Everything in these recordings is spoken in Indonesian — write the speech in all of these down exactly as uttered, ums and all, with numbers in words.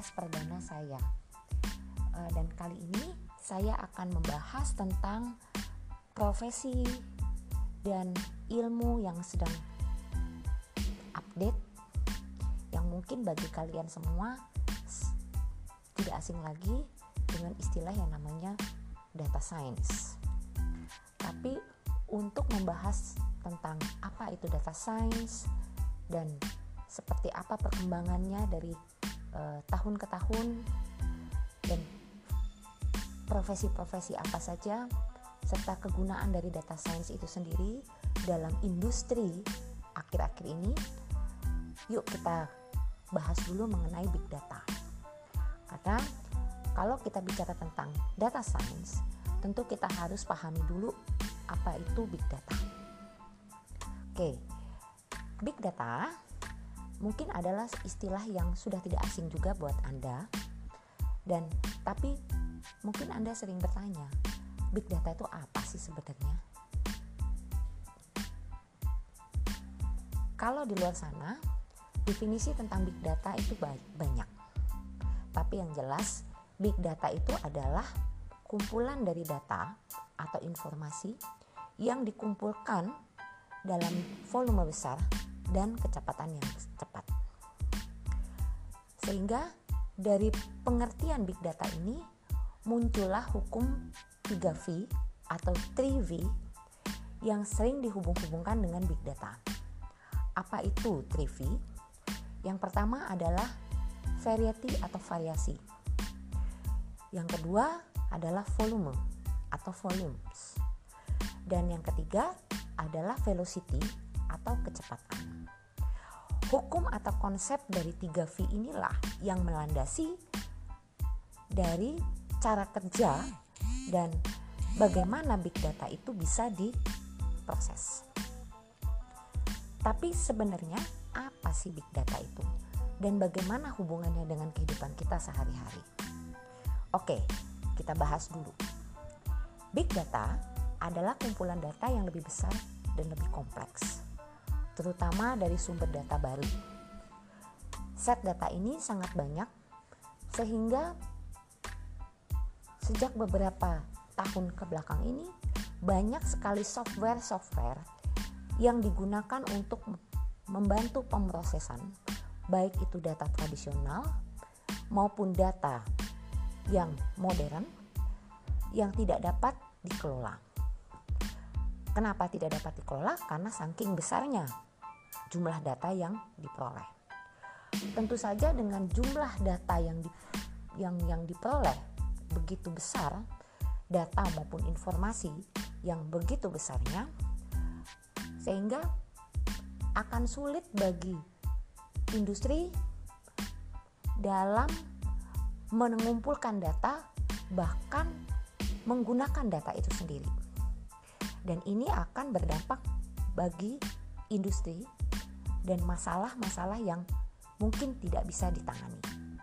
podcast perdana saya. Uh, dan kali ini saya akan membahas tentang profesi dan ilmu yang sedang update, yang mungkin bagi kalian semua tidak asing lagi dengan istilah yang namanya data science. Tapi untuk membahas tentang apa itu data science dan seperti apa perkembangannya dari uh, tahun ke tahun dan profesi-profesi apa saja serta kegunaan dari data science itu sendiri dalam industri akhir-akhir ini, yuk kita bahas dulu mengenai big data. Karena kalau kita bicara tentang data science, tentu kita harus pahami dulu apa itu big data. Oke, big data mungkin adalah istilah yang sudah tidak asing juga buat Anda. Dan tapi mungkin Anda sering bertanya, big data itu apa sih sebenarnya? Kalau di luar sana, definisi tentang big data itu banyak. Tapi yang jelas, big data itu adalah kumpulan dari data atau informasi yang dikumpulkan dalam volume besar dan kecepatan yang cepat. Sehingga dari pengertian big data ini muncullah hukum tiga V atau three V yang sering dihubung-hubungkan dengan big data. Apa itu three V? Yang pertama adalah variety atau variasi. Yang kedua adalah volume atau volumes. Dan yang ketiga adalah velocity atau kecepatan. Hukum atau konsep dari tiga V inilah yang melandasi dari cara kerja dan bagaimana big data itu bisa diproses. Tapi sebenarnya apa sih big data itu? Dan bagaimana hubungannya dengan kehidupan kita sehari-hari? Oke, kita bahas dulu. Big data adalah kumpulan data yang lebih besar dan lebih kompleks, terutama dari sumber data baru. Set data ini sangat banyak, sehingga sejak beberapa tahun ke belakang ini banyak sekali software-software yang digunakan untuk membantu pemrosesan, baik itu data tradisional maupun data yang modern yang tidak dapat dikelola. Kenapa tidak dapat dikelola? Karena saking besarnya jumlah data yang diperoleh. Tentu saja dengan jumlah data yang di, yang yang diperoleh begitu besar, data maupun informasi yang begitu besarnya, sehingga akan sulit bagi industri dalam mengumpulkan data, bahkan menggunakan data itu sendiri. Dan ini akan berdampak bagi industri dan masalah-masalah yang mungkin tidak bisa ditangani.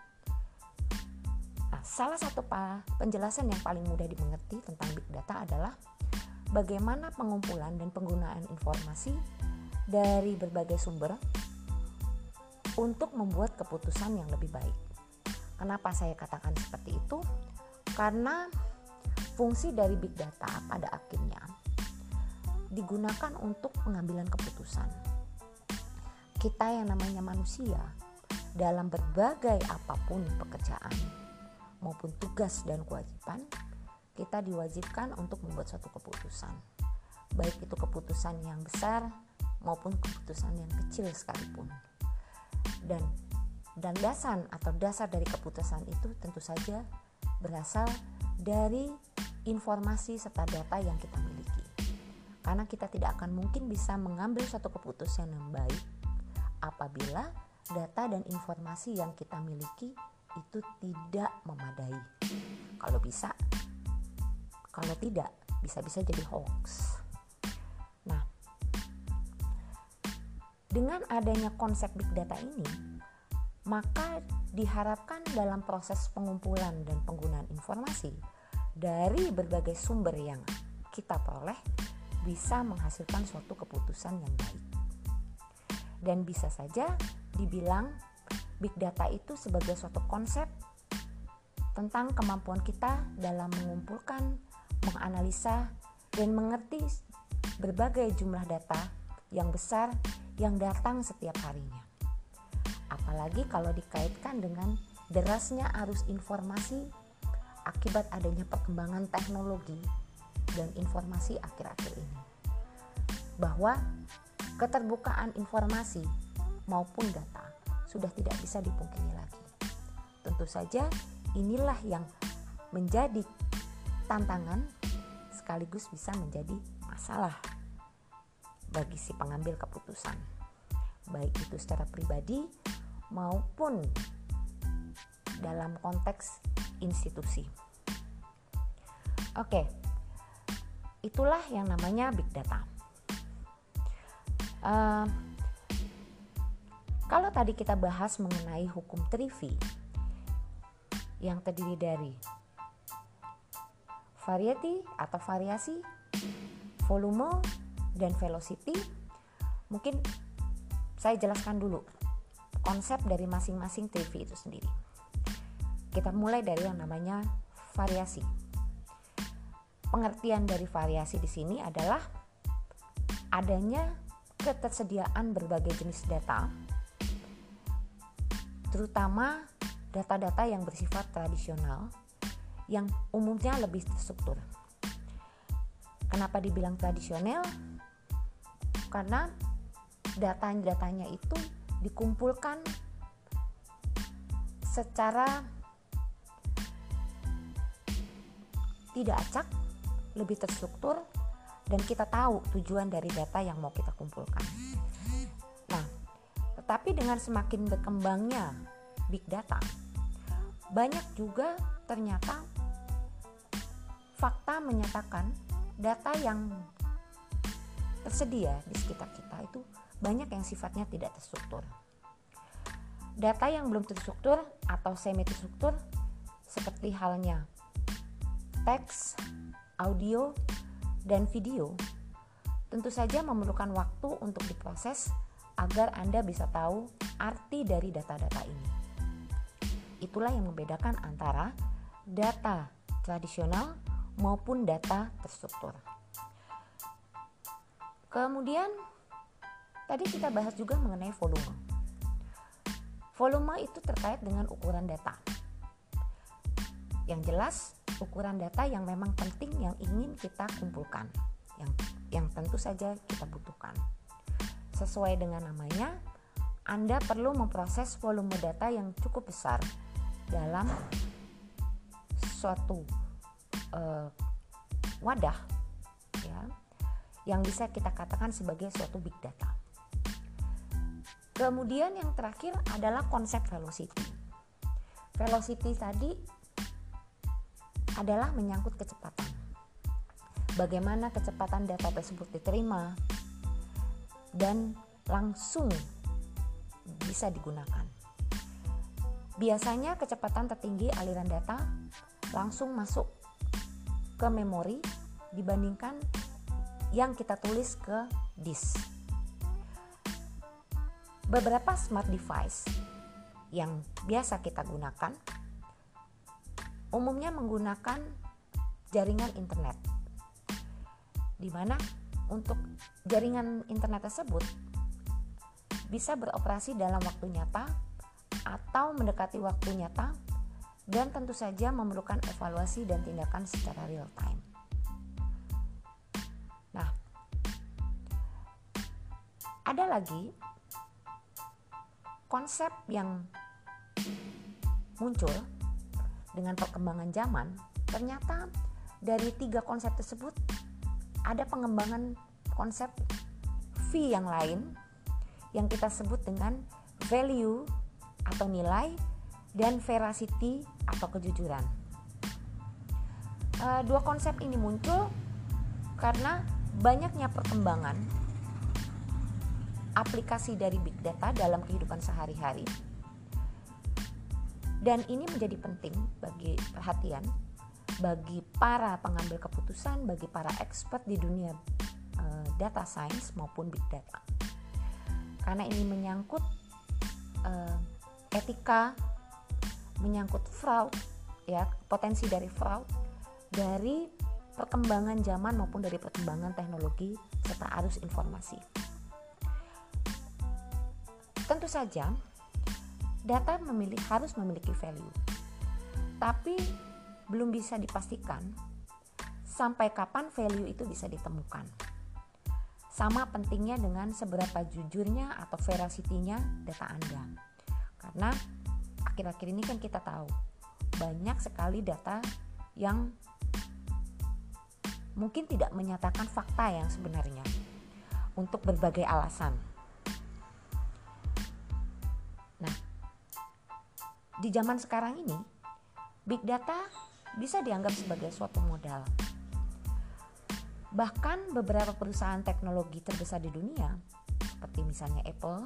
Nah, salah satu penjelasan yang paling mudah dimengerti tentang big data adalah bagaimana pengumpulan dan penggunaan informasi dari berbagai sumber untuk membuat keputusan yang lebih baik. Kenapa saya katakan seperti itu? Karena fungsi dari big data pada akhirnya digunakan untuk pengambilan keputusan. Kita yang namanya manusia, dalam berbagai apapun pekerjaan maupun tugas dan kewajiban, kita diwajibkan untuk membuat suatu keputusan. Baik itu keputusan yang besar maupun keputusan yang kecil sekalipun. Dan dan dasar atau dasar dari keputusan itu tentu saja berasal dari informasi serta data yang kita miliki. Karena kita tidak akan mungkin bisa mengambil suatu keputusan yang baik apabila data dan informasi yang kita miliki itu tidak memadai. Kalau bisa, kalau tidak, bisa-bisa jadi hoax. Nah, dengan adanya konsep big data ini, maka diharapkan dalam proses pengumpulan dan penggunaan informasi dari berbagai sumber yang kita peroleh bisa menghasilkan suatu keputusan yang baik. Dan bisa saja dibilang Big data itu sebagai suatu konsep tentang kemampuan kita dalam mengumpulkan, menganalisa, dan mengerti berbagai jumlah data yang besar yang datang setiap harinya. Apalagi kalau dikaitkan dengan derasnya arus informasi akibat adanya perkembangan teknologi dan informasi akhir-akhir ini. Bahwa keterbukaan informasi maupun data sudah tidak bisa dipungkiri lagi. Tentu saja inilah yang menjadi tantangan sekaligus bisa menjadi masalah bagi si pengambil keputusan, baik itu secara pribadi maupun dalam konteks institusi. Oke, itulah yang namanya big data. Uh, kalau tadi kita bahas mengenai hukum Trivi yang terdiri dari variety atau variasi, volume, dan velocity, mungkin saya jelaskan dulu konsep dari masing-masing Trivi itu sendiri. Kita mulai dari yang namanya variasi. Pengertian dari variasi di sini adalah adanya ketersediaan berbagai jenis data, terutama data-data yang bersifat tradisional yang umumnya lebih terstruktur. Kenapa dibilang tradisional? Karena data-datanya itu dikumpulkan secara tidak acak, lebih terstruktur, dan kita tahu tujuan dari data yang mau kita kumpulkan. Nah, tetapi dengan semakin berkembangnya big data, banyak juga ternyata fakta menyatakan data yang tersedia di sekitar kita itu banyak yang sifatnya tidak terstruktur. Data yang belum terstruktur atau semi terstruktur seperti halnya teks, audio, dan video tentu saja memerlukan waktu untuk diproses agar Anda bisa tahu arti dari data-data ini. Itulah yang membedakan antara data tradisional maupun data terstruktur. Kemudian tadi kita bahas juga mengenai volume. Volume itu terkait dengan ukuran data. Yang jelas ukuran data yang memang penting yang ingin kita kumpulkan, yang yang tentu saja kita butuhkan. Sesuai dengan namanya, Anda perlu memproses volume data yang cukup besar dalam suatu uh, wadah, ya, yang bisa kita katakan sebagai suatu big data. Kemudian yang terakhir adalah konsep velocity. Velocity tadi adalah menyangkut kecepatan. Bagaimana kecepatan data tersebut diterima dan langsung bisa digunakan. Biasanya kecepatan tertinggi aliran data langsung masuk ke memori dibandingkan yang kita tulis ke disk. Beberapa smart device yang biasa kita gunakan umumnya menggunakan jaringan internet, di mana untuk jaringan internet tersebut bisa beroperasi dalam waktu nyata atau mendekati waktu nyata, dan tentu saja memerlukan evaluasi dan tindakan secara real time. Nah, ada lagi konsep yang muncul dengan perkembangan zaman. Ternyata dari tiga konsep tersebut ada pengembangan konsep V yang lain yang kita sebut dengan value atau nilai dan veracity atau kejujuran. E, dua konsep ini muncul karena banyaknya perkembangan aplikasi dari big data dalam kehidupan sehari-hari. Dan ini menjadi penting bagi perhatian bagi para pengambil keputusan, bagi para expert di dunia e, data science maupun big data. Karena ini menyangkut e, etika, menyangkut fraud, ya, potensi dari fraud, dari perkembangan zaman maupun dari perkembangan teknologi serta arus informasi. Tentu saja data memilih, harus memiliki value, tapi belum bisa dipastikan sampai kapan value itu bisa ditemukan. Sama pentingnya dengan seberapa jujurnya atau veracity-nya data Anda. Karena akhir-akhir ini kan kita tahu banyak sekali data yang mungkin tidak menyatakan fakta yang sebenarnya untuk berbagai alasan. Nah, di zaman sekarang ini, big data bisa dianggap sebagai suatu modal. Bahkan beberapa perusahaan teknologi terbesar di dunia, seperti misalnya Apple,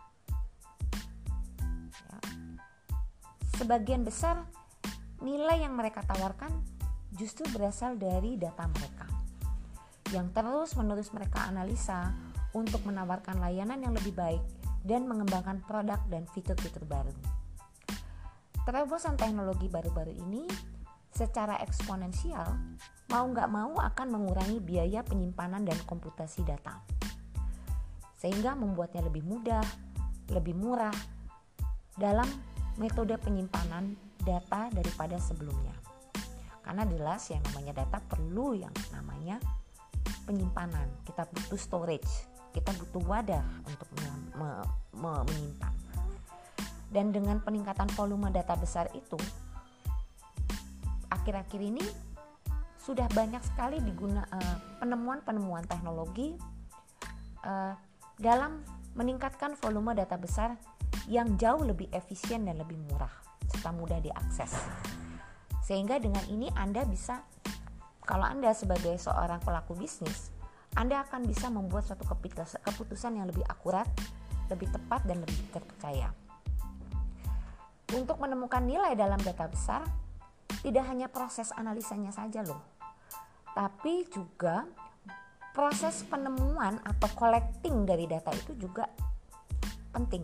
ya, sebagian besar nilai yang mereka tawarkan justru berasal dari data mereka, yang terus-menerus mereka analisa untuk menawarkan layanan yang lebih baik dan mengembangkan produk dan fitur-fitur baru. Terobosan teknologi baru-baru ini secara eksponensial mau nggak mau akan mengurangi biaya penyimpanan dan komputasi data, sehingga membuatnya lebih mudah, lebih murah dalam metode penyimpanan data daripada sebelumnya. Karena jelas yang namanya data perlu yang namanya penyimpanan. Kita butuh storage, kita butuh wadah untuk me- me- me- menyimpan. Dan dengan peningkatan volume data besar itu, akhir-akhir ini sudah banyak sekali diguna uh, penemuan-penemuan teknologi uh, dalam meningkatkan volume data besar yang jauh lebih efisien dan lebih murah serta mudah diakses. Sehingga dengan ini Anda bisa, kalau Anda sebagai seorang pelaku bisnis, Anda akan bisa membuat suatu keputusan yang lebih akurat, lebih tepat, dan lebih terpercaya. Untuk menemukan nilai dalam data besar, tidak hanya proses analisanya saja loh, tapi juga proses penemuan atau collecting dari data itu juga penting.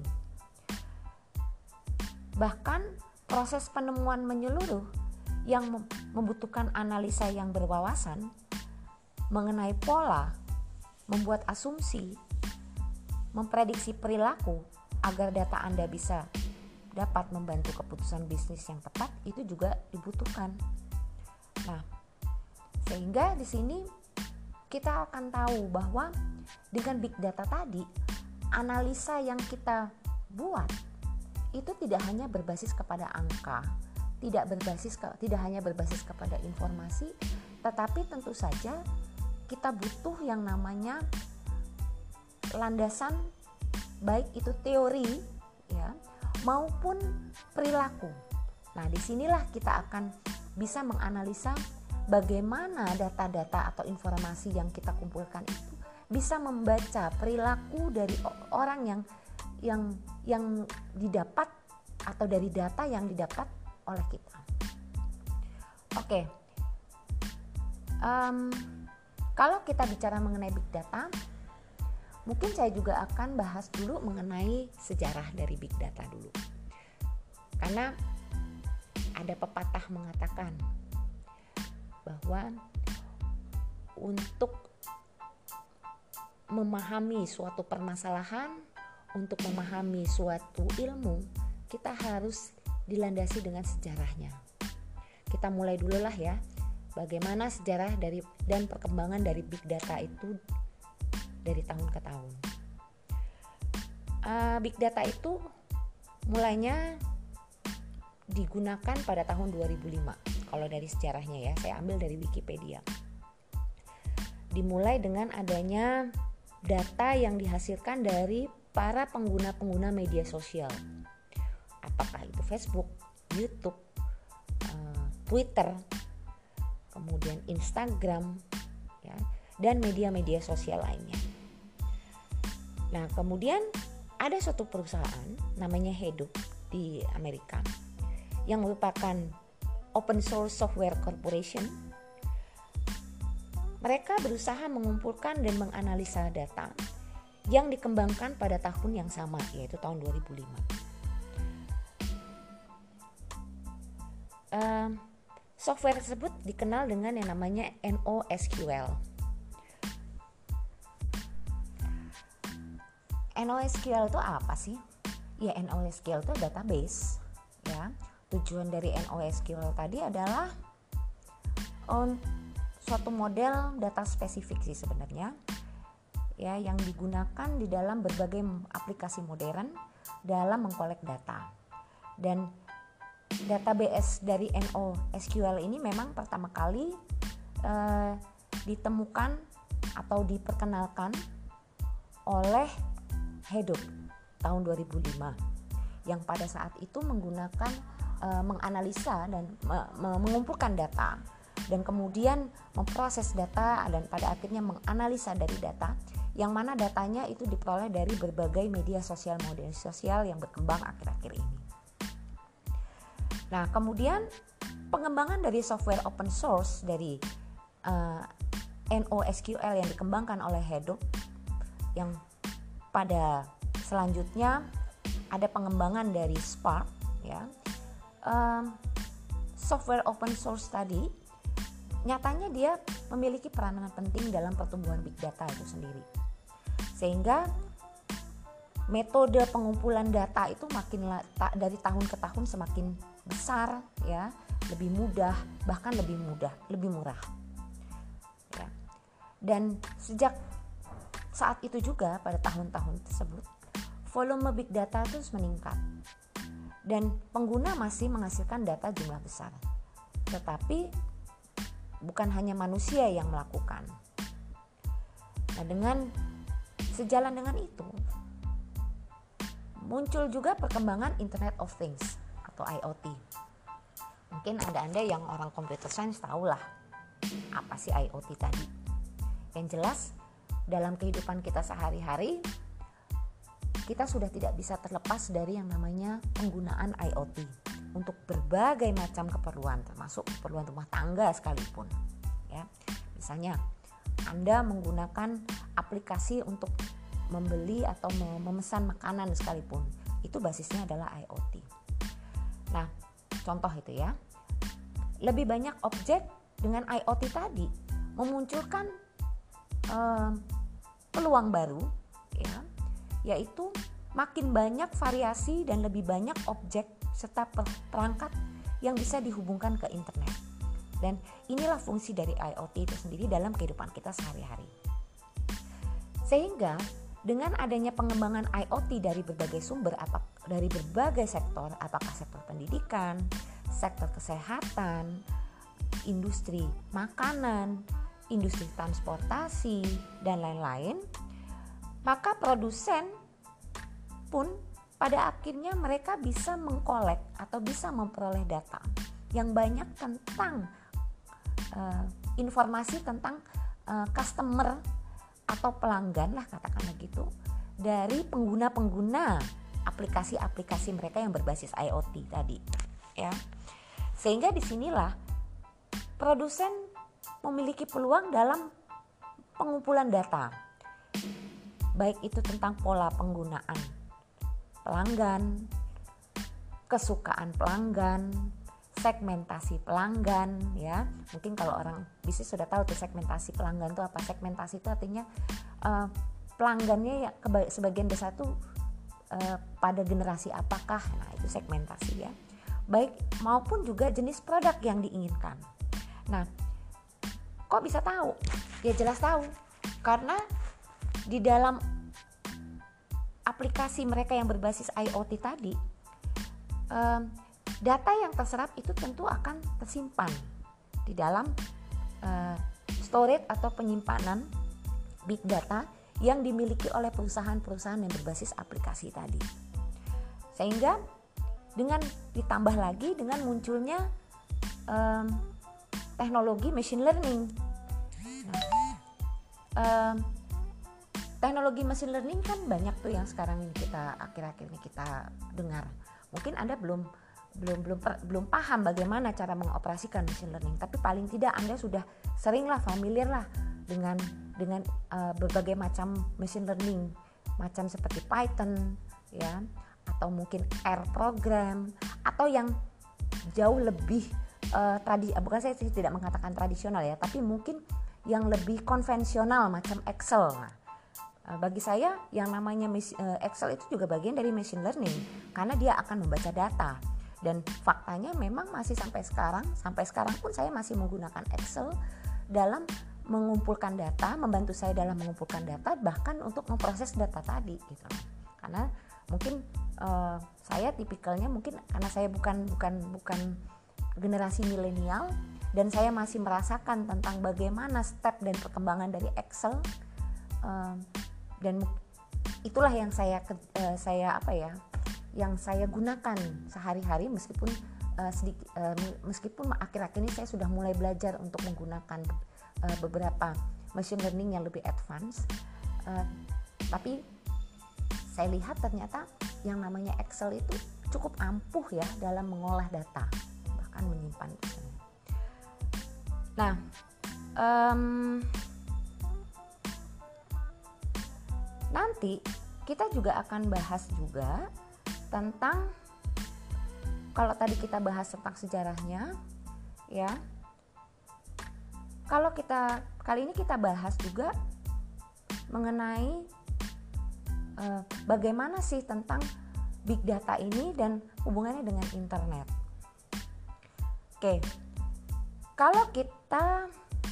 Bahkan proses penemuan menyeluruh yang membutuhkan analisa yang berwawasan mengenai pola, membuat asumsi, memprediksi perilaku agar data Anda bisa dapat membantu keputusan bisnis yang tepat, itu juga dibutuhkan. Nah, sehingga di sini kita akan tahu bahwa dengan big data tadi, analisa yang kita buat itu tidak hanya berbasis kepada angka, tidak berbasis ke, tidak hanya berbasis kepada informasi, tetapi tentu saja kita butuh yang namanya landasan, baik itu teori ya maupun perilaku. Nah, disinilah kita akan bisa menganalisa bagaimana data-data atau informasi yang kita kumpulkan itu bisa membaca perilaku dari orang yang yang yang didapat atau dari data yang didapat oleh kita. Oke, um, kalau kita bicara mengenai big data, mungkin saya juga akan bahas dulu mengenai sejarah dari big data dulu. Karena ada pepatah mengatakan bahwa untuk memahami suatu permasalahan, untuk memahami suatu ilmu, kita harus dilandasi dengan sejarahnya. Kita mulai dulu lah ya, bagaimana sejarah dari dan perkembangan dari big data itu dari tahun ke tahun. Uh, big data itu mulainya digunakan pada tahun dua ribu lima. Kalau dari sejarahnya ya, saya ambil dari Wikipedia. Dimulai dengan adanya data yang dihasilkan dari para pengguna-pengguna media sosial. Apakah itu Facebook, YouTube, uh, Twitter, kemudian Instagram, ya, dan media-media sosial lainnya. Nah, kemudian ada suatu perusahaan namanya Hadoop di Amerika yang merupakan open source software corporation. Mereka berusaha mengumpulkan dan menganalisa data yang dikembangkan pada tahun yang sama, yaitu tahun dua ribu lima. uh, software tersebut dikenal dengan yang namanya NoSQL. NoSQL itu apa sih? Ya, NoSQL itu database. Ya, tujuan dari NoSQL tadi adalah on suatu model data spesifik sih sebenarnya, ya, yang digunakan di dalam berbagai aplikasi modern dalam mengkolek data. Dan database dari NoSQL ini memang pertama kali eh, ditemukan atau diperkenalkan oleh Hadoop tahun dua ribu lima, yang pada saat itu menggunakan eh, menganalisa dan me- me- mengumpulkan data dan kemudian memproses data dan pada akhirnya menganalisa dari data, yang mana datanya itu diperoleh dari berbagai media sosial media sosial yang berkembang akhir-akhir ini. Nah, kemudian pengembangan dari software open source dari uh, NoSQL yang dikembangkan oleh Hadoop, yang pada selanjutnya ada pengembangan dari Spark, ya. Um, software open source tadi nyatanya dia memiliki peranan penting dalam pertumbuhan big data itu sendiri. Sehingga metode pengumpulan data itu makin dari tahun ke tahun semakin besar, ya, lebih mudah, bahkan lebih mudah, lebih murah. Ya. Dan sejak saat itu juga pada tahun-tahun tersebut, volume big data terus meningkat. Dan pengguna masih menghasilkan data jumlah besar. Tetapi bukan hanya manusia yang melakukan. Nah, dengan sejalan dengan itu, muncul juga perkembangan Internet of Things atau I O T. Mungkin Anda-Anda yang orang computer science tahulah apa sih I O T tadi. Yang jelas, dalam kehidupan kita sehari-hari, kita sudah tidak bisa terlepas dari yang namanya penggunaan I O T untuk berbagai macam keperluan, termasuk keperluan rumah tangga sekalipun, ya. Misalnya Anda menggunakan aplikasi untuk membeli atau memesan makanan sekalipun, itu basisnya adalah I O T. Nah, contoh itu ya, lebih banyak objek dengan I O T tadi memunculkan eh, peluang baru, ya, yaitu makin banyak variasi dan lebih banyak objek serta perangkat yang bisa dihubungkan ke internet. Dan inilah fungsi dari I O T itu sendiri dalam kehidupan kita sehari-hari. Sehingga dengan adanya pengembangan I O T dari berbagai sumber, dari berbagai sektor, apakah sektor pendidikan, sektor kesehatan, industri makanan, industri transportasi, dan lain-lain, maka produsen pun pada akhirnya mereka bisa mengkolek atau bisa memperoleh data yang banyak tentang uh, informasi tentang uh, customer atau pelanggan lah katakanlah gitu, dari pengguna-pengguna aplikasi-aplikasi mereka yang berbasis I O T tadi, ya. Sehingga disinilah produsen memiliki peluang dalam pengumpulan data, baik itu tentang pola penggunaan pelanggan, kesukaan pelanggan, segmentasi pelanggan, ya. Mungkin kalau orang bisnis sudah tahu tuh segmentasi pelanggan itu apa. Segmentasi itu artinya uh, pelanggannya ya keba- sebagian besar tuh uh, pada generasi apakah. Nah, itu segmentasi, ya. Baik maupun juga jenis produk yang diinginkan. Nah, kok bisa tahu? Ya jelas tahu. Karena di dalam aplikasi mereka yang berbasis I O T tadi, um, data yang terserap itu tentu akan tersimpan di dalam uh, storage atau penyimpanan big data yang dimiliki oleh perusahaan-perusahaan yang berbasis aplikasi tadi. Sehingga dengan ditambah lagi dengan munculnya um, teknologi machine learning. Nah, um, teknologi machine learning kan banyak tuh yang sekarang ini kita akhir-akhir ini kita dengar. Mungkin Anda belum belum belum belum paham bagaimana cara mengoperasikan machine learning, tapi paling tidak Anda sudah seringlah familiar lah dengan dengan uh, berbagai macam machine learning, macam seperti Python, ya, atau mungkin R program, atau yang jauh lebih uh, tradi bukan saya tidak mengatakan tradisional ya, tapi mungkin yang lebih konvensional macam Excel. Nah, uh, bagi saya yang namanya uh, Excel itu juga bagian dari machine learning karena dia akan membaca data. Dan faktanya memang masih sampai sekarang, sampai sekarang pun saya masih menggunakan Excel dalam mengumpulkan data, membantu saya dalam mengumpulkan data, bahkan untuk memproses data tadi gitu. Karena mungkin uh, saya tipikalnya mungkin karena saya bukan bukan bukan generasi milenial dan saya masih merasakan tentang bagaimana step dan perkembangan dari Excel, uh, dan itulah yang saya uh, saya apa ya yang saya gunakan sehari-hari meskipun uh, sedikit uh, meskipun akhir-akhir ini saya sudah mulai belajar untuk menggunakan uh, beberapa machine learning yang lebih advance, uh, tapi saya lihat ternyata yang namanya Excel itu cukup ampuh ya dalam mengolah data bahkan menyimpan misalnya. Nah, um, nanti kita juga akan bahas juga tentang, kalau tadi kita bahas tentang sejarahnya ya, kalau kita kali ini kita bahas juga mengenai uh, bagaimana sih tentang big data ini dan hubungannya dengan internet. Oke, kalau kita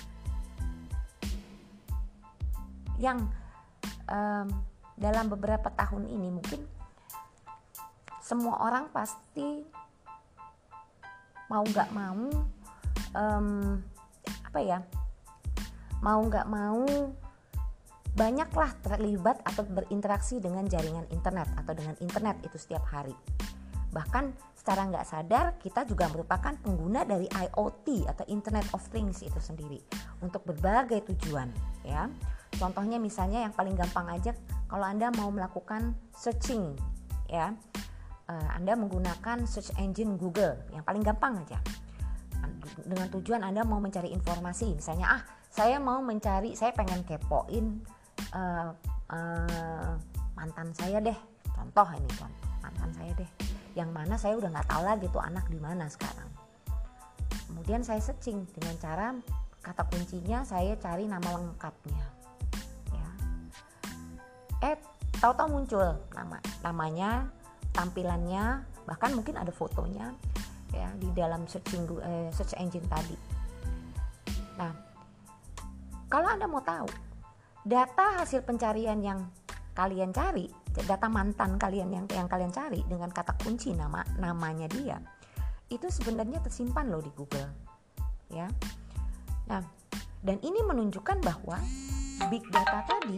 yang um, dalam beberapa tahun ini mungkin semua orang pasti mau nggak mau um, apa ya mau nggak mau banyaklah terlibat atau berinteraksi dengan jaringan internet atau dengan internet itu setiap hari. Bahkan secara nggak sadar kita juga merupakan pengguna dari I O T atau Internet of Things itu sendiri untuk berbagai tujuan ya. Contohnya misalnya yang paling gampang aja, kalau Anda mau melakukan searching ya, uh, Anda menggunakan search engine Google yang paling gampang aja dengan tujuan Anda mau mencari informasi. Misalnya ah saya mau mencari, saya pengen kepoin uh, uh, mantan saya deh, contoh ini contoh mantan saya deh, yang mana saya udah nggak tahu lagi tuh anak di mana sekarang. Kemudian saya searching dengan cara kata kuncinya saya cari nama lengkapnya ya. Eh tahu-tahu muncul nama namanya, tampilannya, bahkan mungkin ada fotonya ya di dalam searching eh, search engine tadi. Nah, kalau Anda mau tahu data hasil pencarian yang kalian cari, data mantan kalian yang yang kalian cari dengan kata kunci nama namanya dia, itu sebenarnya tersimpan loh di Google ya. Nah, dan ini menunjukkan bahwa big data tadi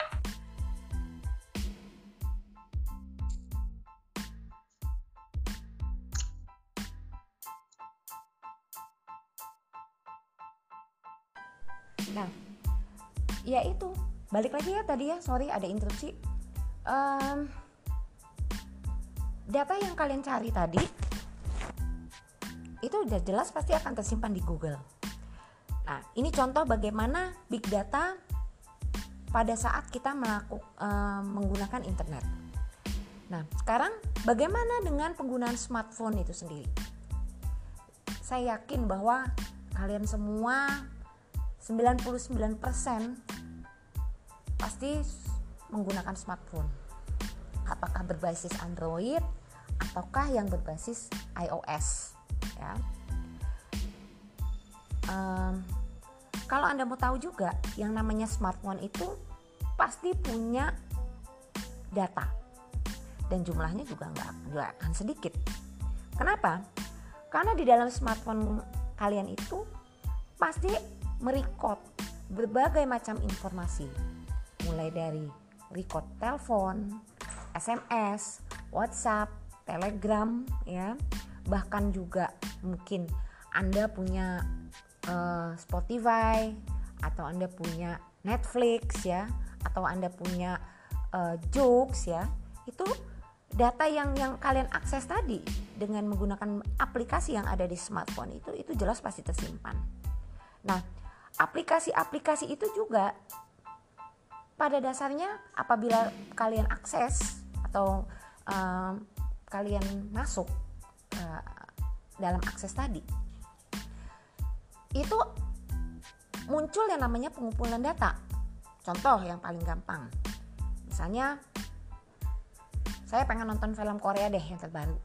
Nah, ya itu balik lagi ya tadi ya, sorry ada interupsi. Um, data yang kalian cari tadi itu udah jelas pasti akan tersimpan di Google. Nah, ini contoh bagaimana big data pada saat kita melakukan um, menggunakan internet. Nah, sekarang bagaimana dengan penggunaan smartphone itu sendiri? Saya yakin bahwa kalian semua sembilan puluh sembilan persen pasti menggunakan smartphone. Apakah berbasis Android ataukah yang berbasis iOS ya. Um, kalau Anda mau tahu juga, yang namanya smartphone itu pasti punya data dan jumlahnya juga nggak nggak akan sedikit. Kenapa? Karena di dalam smartphone kalian itu pasti merecord berbagai macam informasi, mulai dari record telepon, S M S, WhatsApp, Telegram ya, bahkan juga mungkin Anda punya uh, Spotify atau Anda punya Netflix ya, atau Anda punya uh, Joox ya. Itu data yang yang kalian akses tadi dengan menggunakan aplikasi yang ada di smartphone itu itu jelas pasti tersimpan. Nah, aplikasi-aplikasi itu juga pada dasarnya apabila kalian akses atau um, kalian masuk uh, dalam akses tadi, itu muncul yang namanya pengumpulan data. Contoh yang paling gampang, misalnya saya pengen nonton film Korea deh yang terbaru.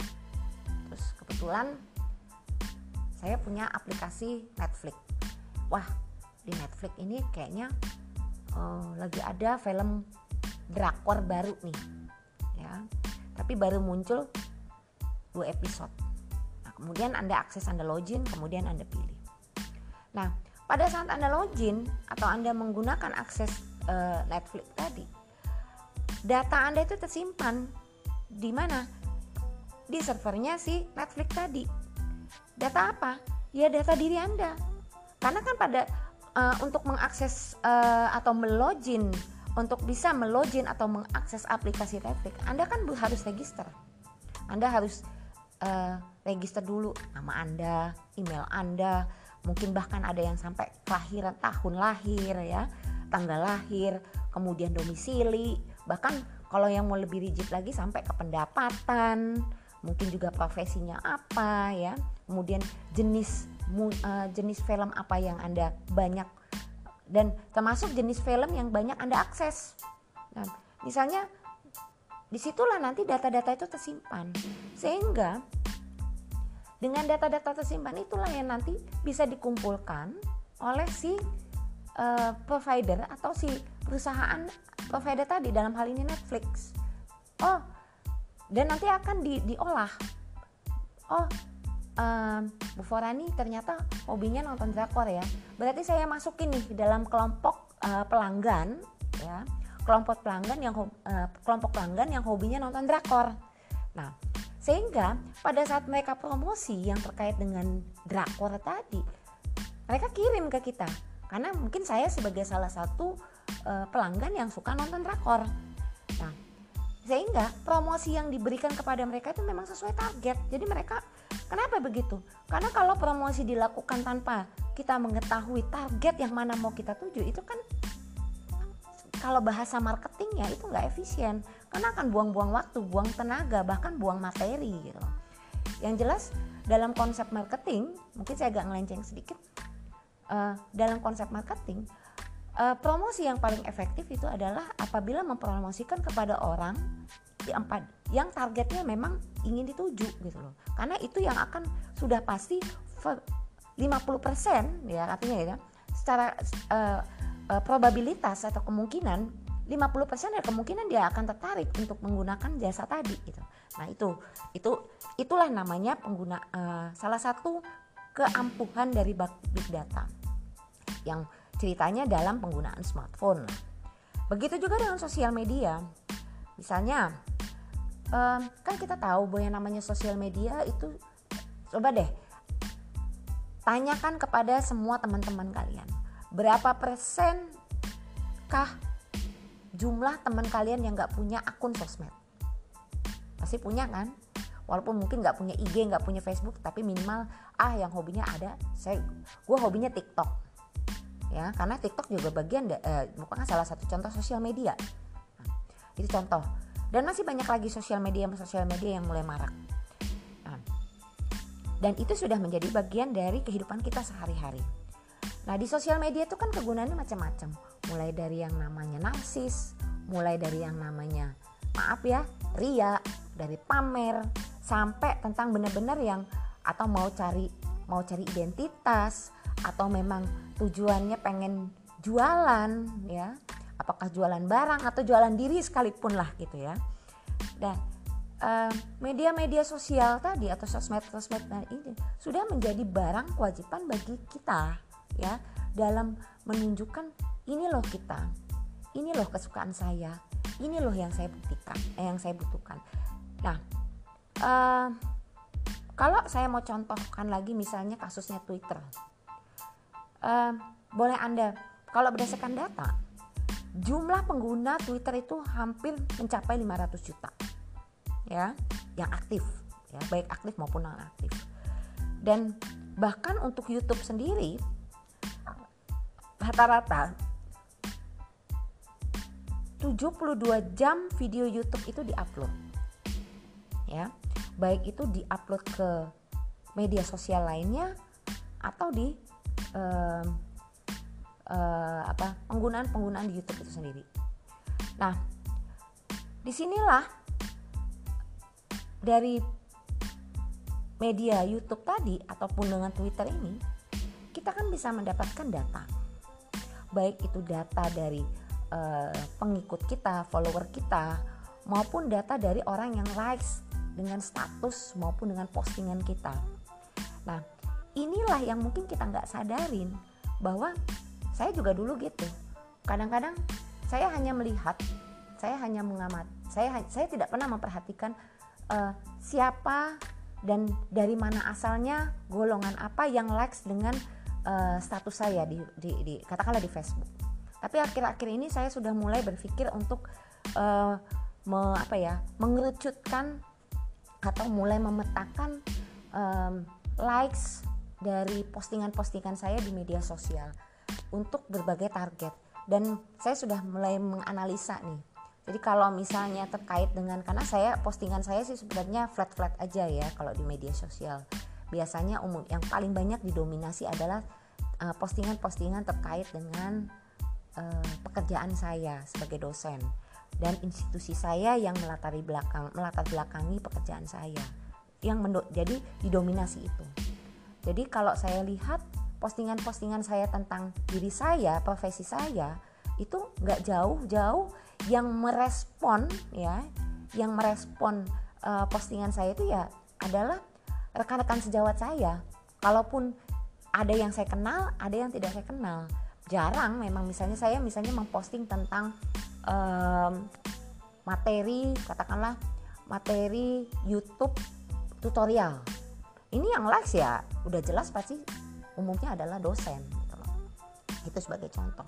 Terus kebetulan saya punya aplikasi Netflix. Wah, di Netflix ini kayaknya uh, lagi ada film drakor baru nih, ya. Tapi baru muncul dua episode. Nah, kemudian Anda akses, Anda login, kemudian Anda pilih. Nah, pada saat Anda login atau Anda menggunakan akses uh, Netflix tadi, data Anda itu tersimpan di mana? Di servernya si Netflix tadi. Data apa? Ya data diri Anda. Karena kan pada uh, untuk mengakses uh, atau melogin, untuk bisa melogin atau mengakses aplikasi Netflix, Anda kan harus register. Anda harus uh, register dulu nama Anda, email Anda, mungkin bahkan ada yang sampai kelahiran, tahun lahir ya, tanggal lahir, kemudian domisili, bahkan kalau yang mau lebih rigid lagi sampai ke pendapatan, mungkin juga profesinya apa ya, kemudian jenis uh, jenis film apa yang Anda banyak, dan termasuk jenis film yang banyak Anda akses. Nah, misalnya disitulah nanti data-data itu tersimpan, sehingga dengan data-data tersimpan itulah yang nanti bisa dikumpulkan oleh si uh, provider atau si perusahaan provider tadi, dalam hal ini Netflix. Oh, dan nanti akan di, diolah. Oh, um, Bu Forani ternyata hobinya nonton drakor ya. Berarti saya masukin nih dalam kelompok uh, pelanggan, ya, kelompok pelanggan yang uh, kelompok pelanggan yang hobinya nonton drakor. Nah, sehingga pada saat mereka promosi yang terkait dengan drakor tadi, mereka kirim ke kita. Karena mungkin saya sebagai salah satu uh, pelanggan yang suka nonton drakor. Nah, sehingga promosi yang diberikan kepada mereka itu memang sesuai target. Jadi mereka, kenapa begitu? Karena kalau promosi dilakukan tanpa kita mengetahui target yang mana mau kita tuju, itu kan kalau bahasa marketingnya itu nggak efisien. Karena akan buang-buang waktu, buang tenaga, bahkan buang materi gitu. Yang jelas dalam konsep marketing, mungkin saya agak ngelenceng sedikit. Uh, dalam konsep marketing, uh, promosi yang paling efektif itu adalah apabila mempromosikan kepada orang yang, yang targetnya memang ingin dituju gitu loh. Karena itu yang akan sudah pasti lima puluh persen ya, artinya ya secara uh, uh, probabilitas atau kemungkinan lima puluh persen ya kemungkinan dia akan tertarik untuk menggunakan jasa tadi gitu. Nah, itu itu itulah namanya pengguna uh, salah satu keampuhan dari big data yang ceritanya dalam penggunaan smartphone. Begitu juga dengan sosial media. Misalnya um, kan kita tahu bahwa yang namanya sosial media itu, coba deh tanyakan kepada semua teman-teman kalian, berapa persen kah jumlah teman kalian yang gak punya akun sosmed? Pasti punya kan? Walaupun mungkin gak punya I G, gak punya Facebook, tapi minimal ah yang hobinya ada, saya gue hobinya TikTok ya, karena TikTok juga bagian eh, bukan salah satu contoh sosial media. Nah, itu contoh, dan masih banyak lagi sosial media sosial media yang mulai marak. Nah, dan itu sudah menjadi bagian dari kehidupan kita sehari-hari. Nah, di sosial media itu kan kegunaannya macam-macam, mulai dari yang namanya narsis, mulai dari yang namanya maaf ya ria, dari pamer, sampai tentang benar-benar yang atau mau cari mau cari identitas, atau memang tujuannya pengen jualan ya, apakah jualan barang atau jualan diri sekalipun lah gitu ya. Dan uh, media-media sosial tadi atau sosmed-sosmed ini sudah menjadi barang kewajiban bagi kita ya, dalam menunjukkan ini loh kita, ini loh kesukaan saya, ini loh yang saya butuhkan, eh, yang saya butuhkan. Nah, uh, kalau saya mau contohkan lagi misalnya kasusnya Twitter. Uh, boleh Anda, kalau berdasarkan data, jumlah pengguna Twitter itu hampir mencapai lima ratus juta ya, yang aktif ya, baik aktif maupun non aktif. Dan bahkan untuk YouTube sendiri rata-rata tujuh puluh dua jam video YouTube itu diupload ya, baik itu diupload ke media sosial lainnya atau di uh, uh, apa penggunaan-penggunaan di YouTube itu sendiri. Nah, disinilah dari media YouTube tadi ataupun dengan Twitter ini kita kan bisa mendapatkan data, baik itu data dari uh, pengikut kita, follower kita, maupun data dari orang yang likes dengan status maupun dengan postingan kita. Nah, inilah yang mungkin kita nggak sadarin, bahwa saya juga dulu gitu. Kadang-kadang saya hanya melihat, saya hanya mengamat, saya saya tidak pernah memperhatikan uh, siapa dan dari mana asalnya, golongan apa yang likes dengan uh, status saya di, di, di katakanlah di Facebook. Tapi akhir-akhir ini saya sudah mulai berpikir untuk uh, me, apa ya, mengerucutkan atau mulai memetakan um, likes dari postingan-postingan saya di media sosial untuk berbagai target. Dan saya sudah mulai menganalisa nih. Jadi kalau misalnya terkait dengan, karena saya postingan saya sih sebenarnya flat-flat aja ya kalau di media sosial. Biasanya umum yang paling banyak didominasi adalah uh, postingan-postingan terkait dengan uh, pekerjaan saya sebagai dosen dan institusi saya yang melatari belakang melatar belakangi pekerjaan saya. Yang mendo- jadi didominasi itu. Jadi kalau saya lihat postingan-postingan saya tentang diri saya, profesi saya, itu nggak jauh-jauh yang merespon ya, yang merespon uh, postingan saya itu ya adalah rekan-rekan sejawat saya. Kalaupun ada yang saya kenal, ada yang tidak saya kenal. Jarang memang misalnya saya misalnya memposting tentang um, materi, katakanlah materi YouTube tutorial. Ini yang likes ya udah jelas pasti umumnya adalah dosen gitu loh. Itu sebagai contoh.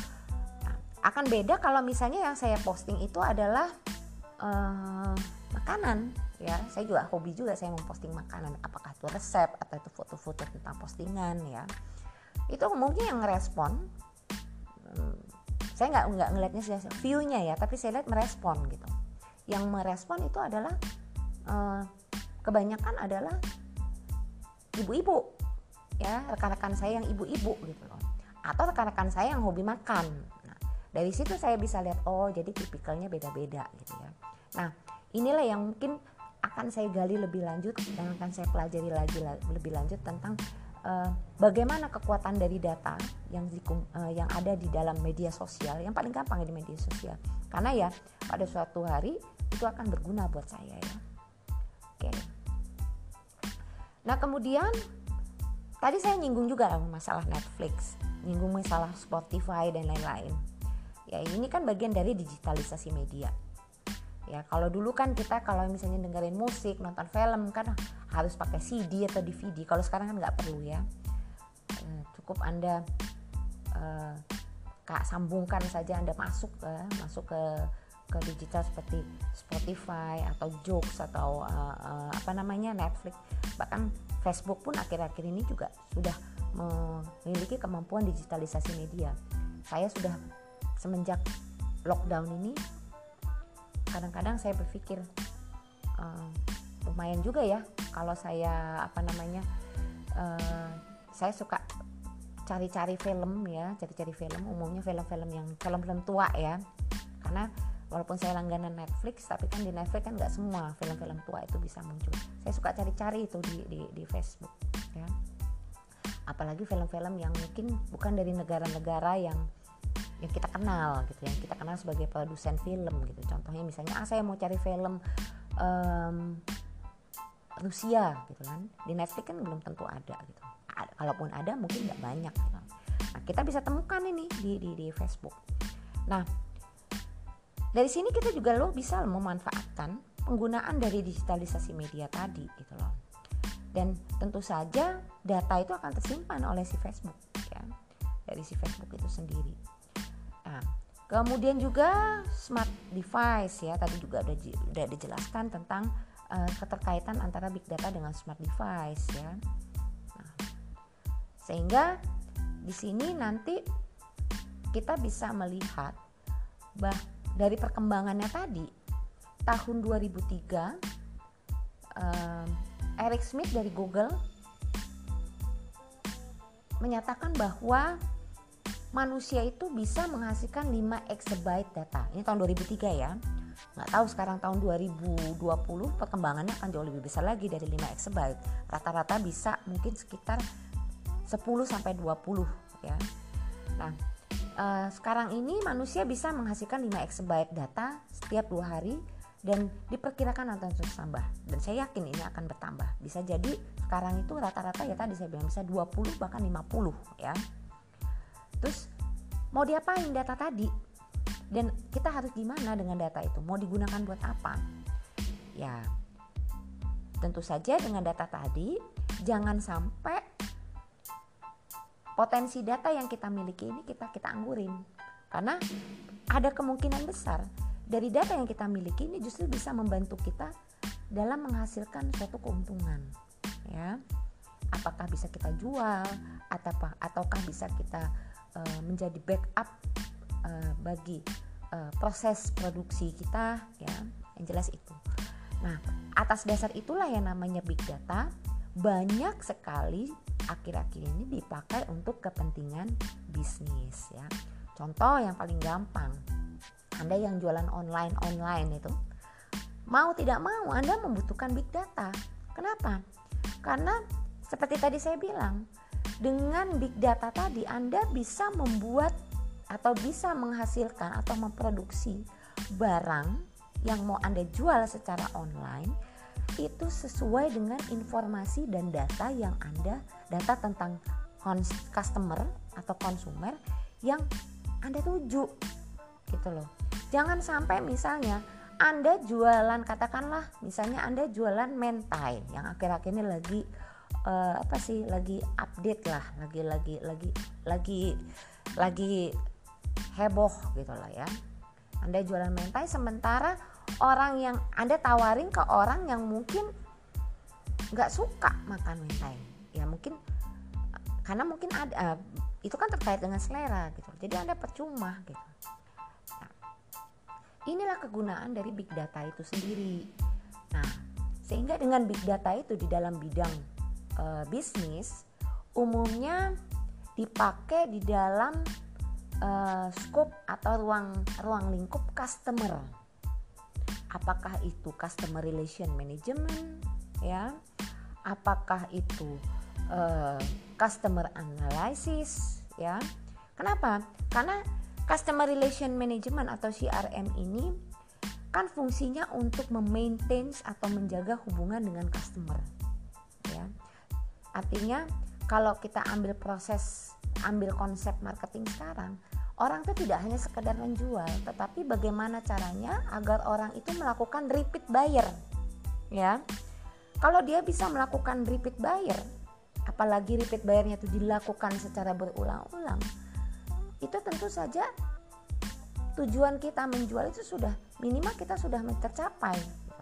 Akan beda kalau misalnya yang saya posting itu adalah uh, makanan ya. Saya juga hobi juga saya memposting makanan, apakah itu resep atau itu foto-foto tentang postingan ya. Itu umumnya yang ngerespon, hmm, saya nggak nggak ngelihatnya view-nya ya, tapi saya lihat merespon gitu. Yang merespon itu adalah uh, kebanyakan adalah ibu-ibu ya, rekan-rekan saya yang ibu-ibu gitu loh, atau rekan-rekan saya yang hobi makan. Dari situ saya bisa lihat, oh jadi tipikalnya beda-beda gitu ya. Nah, inilah yang mungkin akan saya gali lebih lanjut dan akan saya pelajari lagi lebih lanjut tentang uh, bagaimana kekuatan dari data yang di, uh, yang ada di dalam media sosial, yang paling gampang di media sosial. Karena ya pada suatu hari itu akan berguna buat saya ya. Oke. Nah, kemudian tadi saya nyinggung juga masalah Netflix, nyinggung masalah Spotify dan lain-lain. Ya ini kan bagian dari digitalisasi media. Ya kalau dulu kan kita kalau misalnya dengerin musik, nonton film kan harus pakai C D atau D V D. Kalau sekarang kan nggak perlu ya. Eh, cukup Anda eh, kak sambungkan saja, Anda masuk ke masuk ke ke digital seperti Spotify atau Joox atau uh, uh, apa namanya Netflix. Bahkan Facebook pun akhir-akhir ini juga sudah memiliki kemampuan digitalisasi media. Saya sudah semenjak lockdown ini kadang-kadang saya berpikir uh, lumayan juga ya kalau saya apa namanya uh, saya suka cari-cari film ya, cari-cari film, umumnya film-film yang film-film tua ya, karena walaupun saya langganan Netflix tapi kan di Netflix kan nggak semua film-film tua itu bisa muncul. Saya suka cari-cari itu di, di, di Facebook ya, apalagi film-film yang mungkin bukan dari negara-negara yang yang kita kenal gitu, yang kita kenal sebagai produsen film gitu. Contohnya misalnya ah saya mau cari film um, Rusia gitu kan, di Netflix kan belum tentu ada gitu. A- kalaupun ada mungkin nggak banyak gitu. Nah kita bisa temukan ini di di, di Facebook. Nah dari sini kita juga loh bisa memanfaatkan penggunaan dari digitalisasi media tadi gitu loh. Dan tentu saja data itu akan tersimpan oleh si Facebook ya, dari si Facebook itu sendiri. Nah, kemudian juga smart device ya, tadi juga udah udah dijelaskan tentang uh, keterkaitan antara big data dengan smart device ya. Nah, sehingga di sini nanti kita bisa melihat bah dari perkembangannya tadi tahun dua ribu tiga um, Eric Schmidt dari Google menyatakan bahwa manusia itu bisa menghasilkan lima exabyte data. Ini tahun dua ribu tiga ya. Nggak tahu sekarang tahun dua ribu dua puluh perkembangannya akan jauh lebih besar lagi dari lima exabyte. Rata-rata bisa mungkin sekitar sepuluh sampai dua puluh ya. Nah, eh, sekarang ini manusia bisa menghasilkan lima exabyte data setiap dua hari dan diperkirakan akan terus tambah. Dan saya yakin ini akan bertambah. Bisa jadi sekarang itu rata-rata ya tadi saya bilang bisa dua puluh bahkan lima puluh ya. Terus mau diapain data tadi? Dan kita harus gimana dengan data itu? Mau digunakan buat apa? Ya, tentu saja dengan data tadi jangan sampai potensi data yang kita miliki ini kita kita anggurin. Karena ada kemungkinan besar dari data yang kita miliki ini justru bisa membantu kita dalam menghasilkan suatu keuntungan. Ya, apakah bisa kita jual ataukah ataukah bisa kita uh, menjadi backup uh, bagi uh, proses produksi kita ya, yang jelas itu. Nah, atas dasar itulah yang namanya big data banyak sekali akhir-akhir ini dipakai untuk kepentingan bisnis ya. Contoh yang paling gampang, Anda yang jualan online-online itu mau tidak mau Anda membutuhkan big data. Kenapa? Karena seperti tadi saya bilang, dengan big data tadi Anda bisa membuat atau bisa menghasilkan atau memproduksi barang yang mau Anda jual secara online itu sesuai dengan informasi dan data yang Anda, data tentang customer atau konsumer yang Anda tuju gitu loh. Jangan sampai misalnya Anda jualan, katakanlah misalnya Anda jualan mentai yang akhir-akhir ini lagi uh, apa sih lagi update lah, lagi lagi lagi lagi lagi heboh gitu lah ya. Anda jualan mentai sementara orang yang Anda tawarin ke orang yang mungkin nggak suka makan mentai, ya mungkin karena mungkin ada uh, itu kan terkait dengan selera gitu. Jadi Anda percuma gitu. Nah, inilah kegunaan dari big data itu sendiri. Nah, sehingga dengan big data itu di dalam bidang uh, bisnis umumnya dipakai di dalam uh, scope atau ruang ruang lingkup customer. Apakah itu customer relation management ya? Apakah itu uh, customer analysis ya? Kenapa? Karena customer relation management atau C R M ini kan fungsinya untuk memaintain atau menjaga hubungan dengan customer ya. Artinya kalau kita ambil proses, ambil konsep marketing sekarang, orang itu tidak hanya sekedar menjual, tetapi bagaimana caranya agar orang itu melakukan repeat buyer ya. Kalau dia bisa melakukan repeat buyer, apalagi repeat buyernya itu dilakukan secara berulang-ulang, itu tentu saja tujuan kita menjual itu sudah minimal kita sudah tercapai.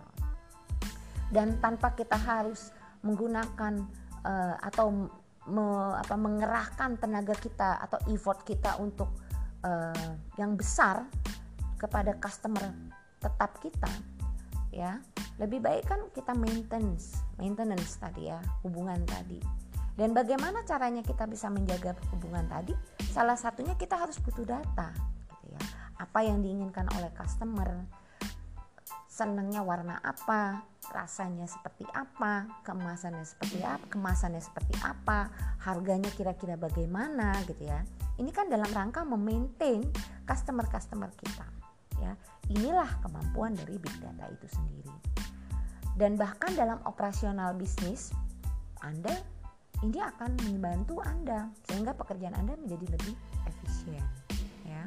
Dan tanpa kita harus menggunakan uh, atau me, apa, mengerahkan tenaga kita atau effort kita untuk uh, yang besar kepada customer tetap kita, ya lebih baik kan kita maintenance, maintenance tadi ya, hubungan tadi. Dan bagaimana caranya kita bisa menjaga hubungan tadi? Salah satunya kita harus butuh data, gitu ya. Apa yang diinginkan oleh customer, senangnya warna apa, rasanya seperti apa, kemasannya seperti apa, kemasannya seperti apa, harganya kira-kira bagaimana, gitu ya. Ini kan dalam rangka memaintain customer-customer kita, ya. Inilah kemampuan dari big data itu sendiri. Dan bahkan dalam operasional bisnis Anda, ini akan membantu Anda sehingga pekerjaan Anda menjadi lebih efisien, ya.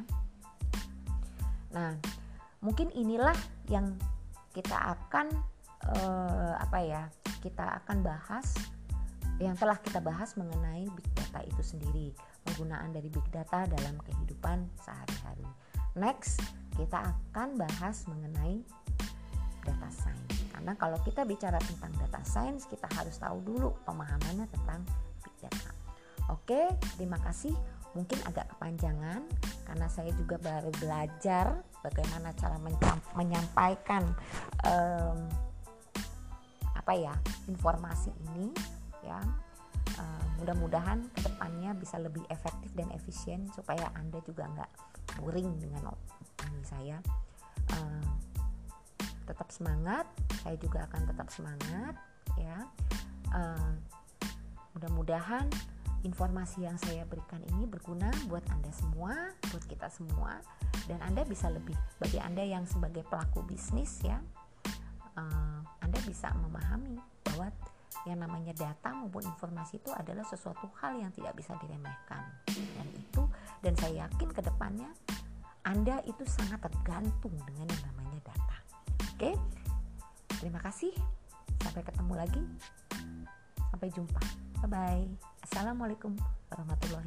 Nah, mungkin inilah yang kita akan eh, apa ya? Kita akan bahas yang telah kita bahas mengenai big data itu sendiri, penggunaan dari big data dalam kehidupan sehari-hari. Next, kita akan bahas mengenai data science. Karena kalau kita bicara tentang data science, kita harus tahu dulu pemahamannya tentang big data. Oke, terima kasih. Mungkin agak kepanjangan karena saya juga baru belajar bagaimana cara menyampaikan um, apa ya informasi ini, ya. Uh, mudah-mudahan kedepannya bisa lebih efektif dan efisien supaya Anda juga nggak boring dengan ini saya. Uh, tetap semangat, saya juga akan tetap semangat ya. Uh, mudah-mudahan informasi yang saya berikan ini berguna buat Anda semua, buat kita semua, dan Anda bisa lebih, bagi Anda yang sebagai pelaku bisnis ya, uh, Anda bisa memahami bahwa yang namanya data maupun informasi itu adalah sesuatu hal yang tidak bisa diremehkan, dan itu, dan saya yakin ke depannya Anda itu sangat tergantung dengan yang namanya data. Oke, terima kasih, sampai ketemu lagi, sampai jumpa, bye bye, assalamualaikum warahmatullahi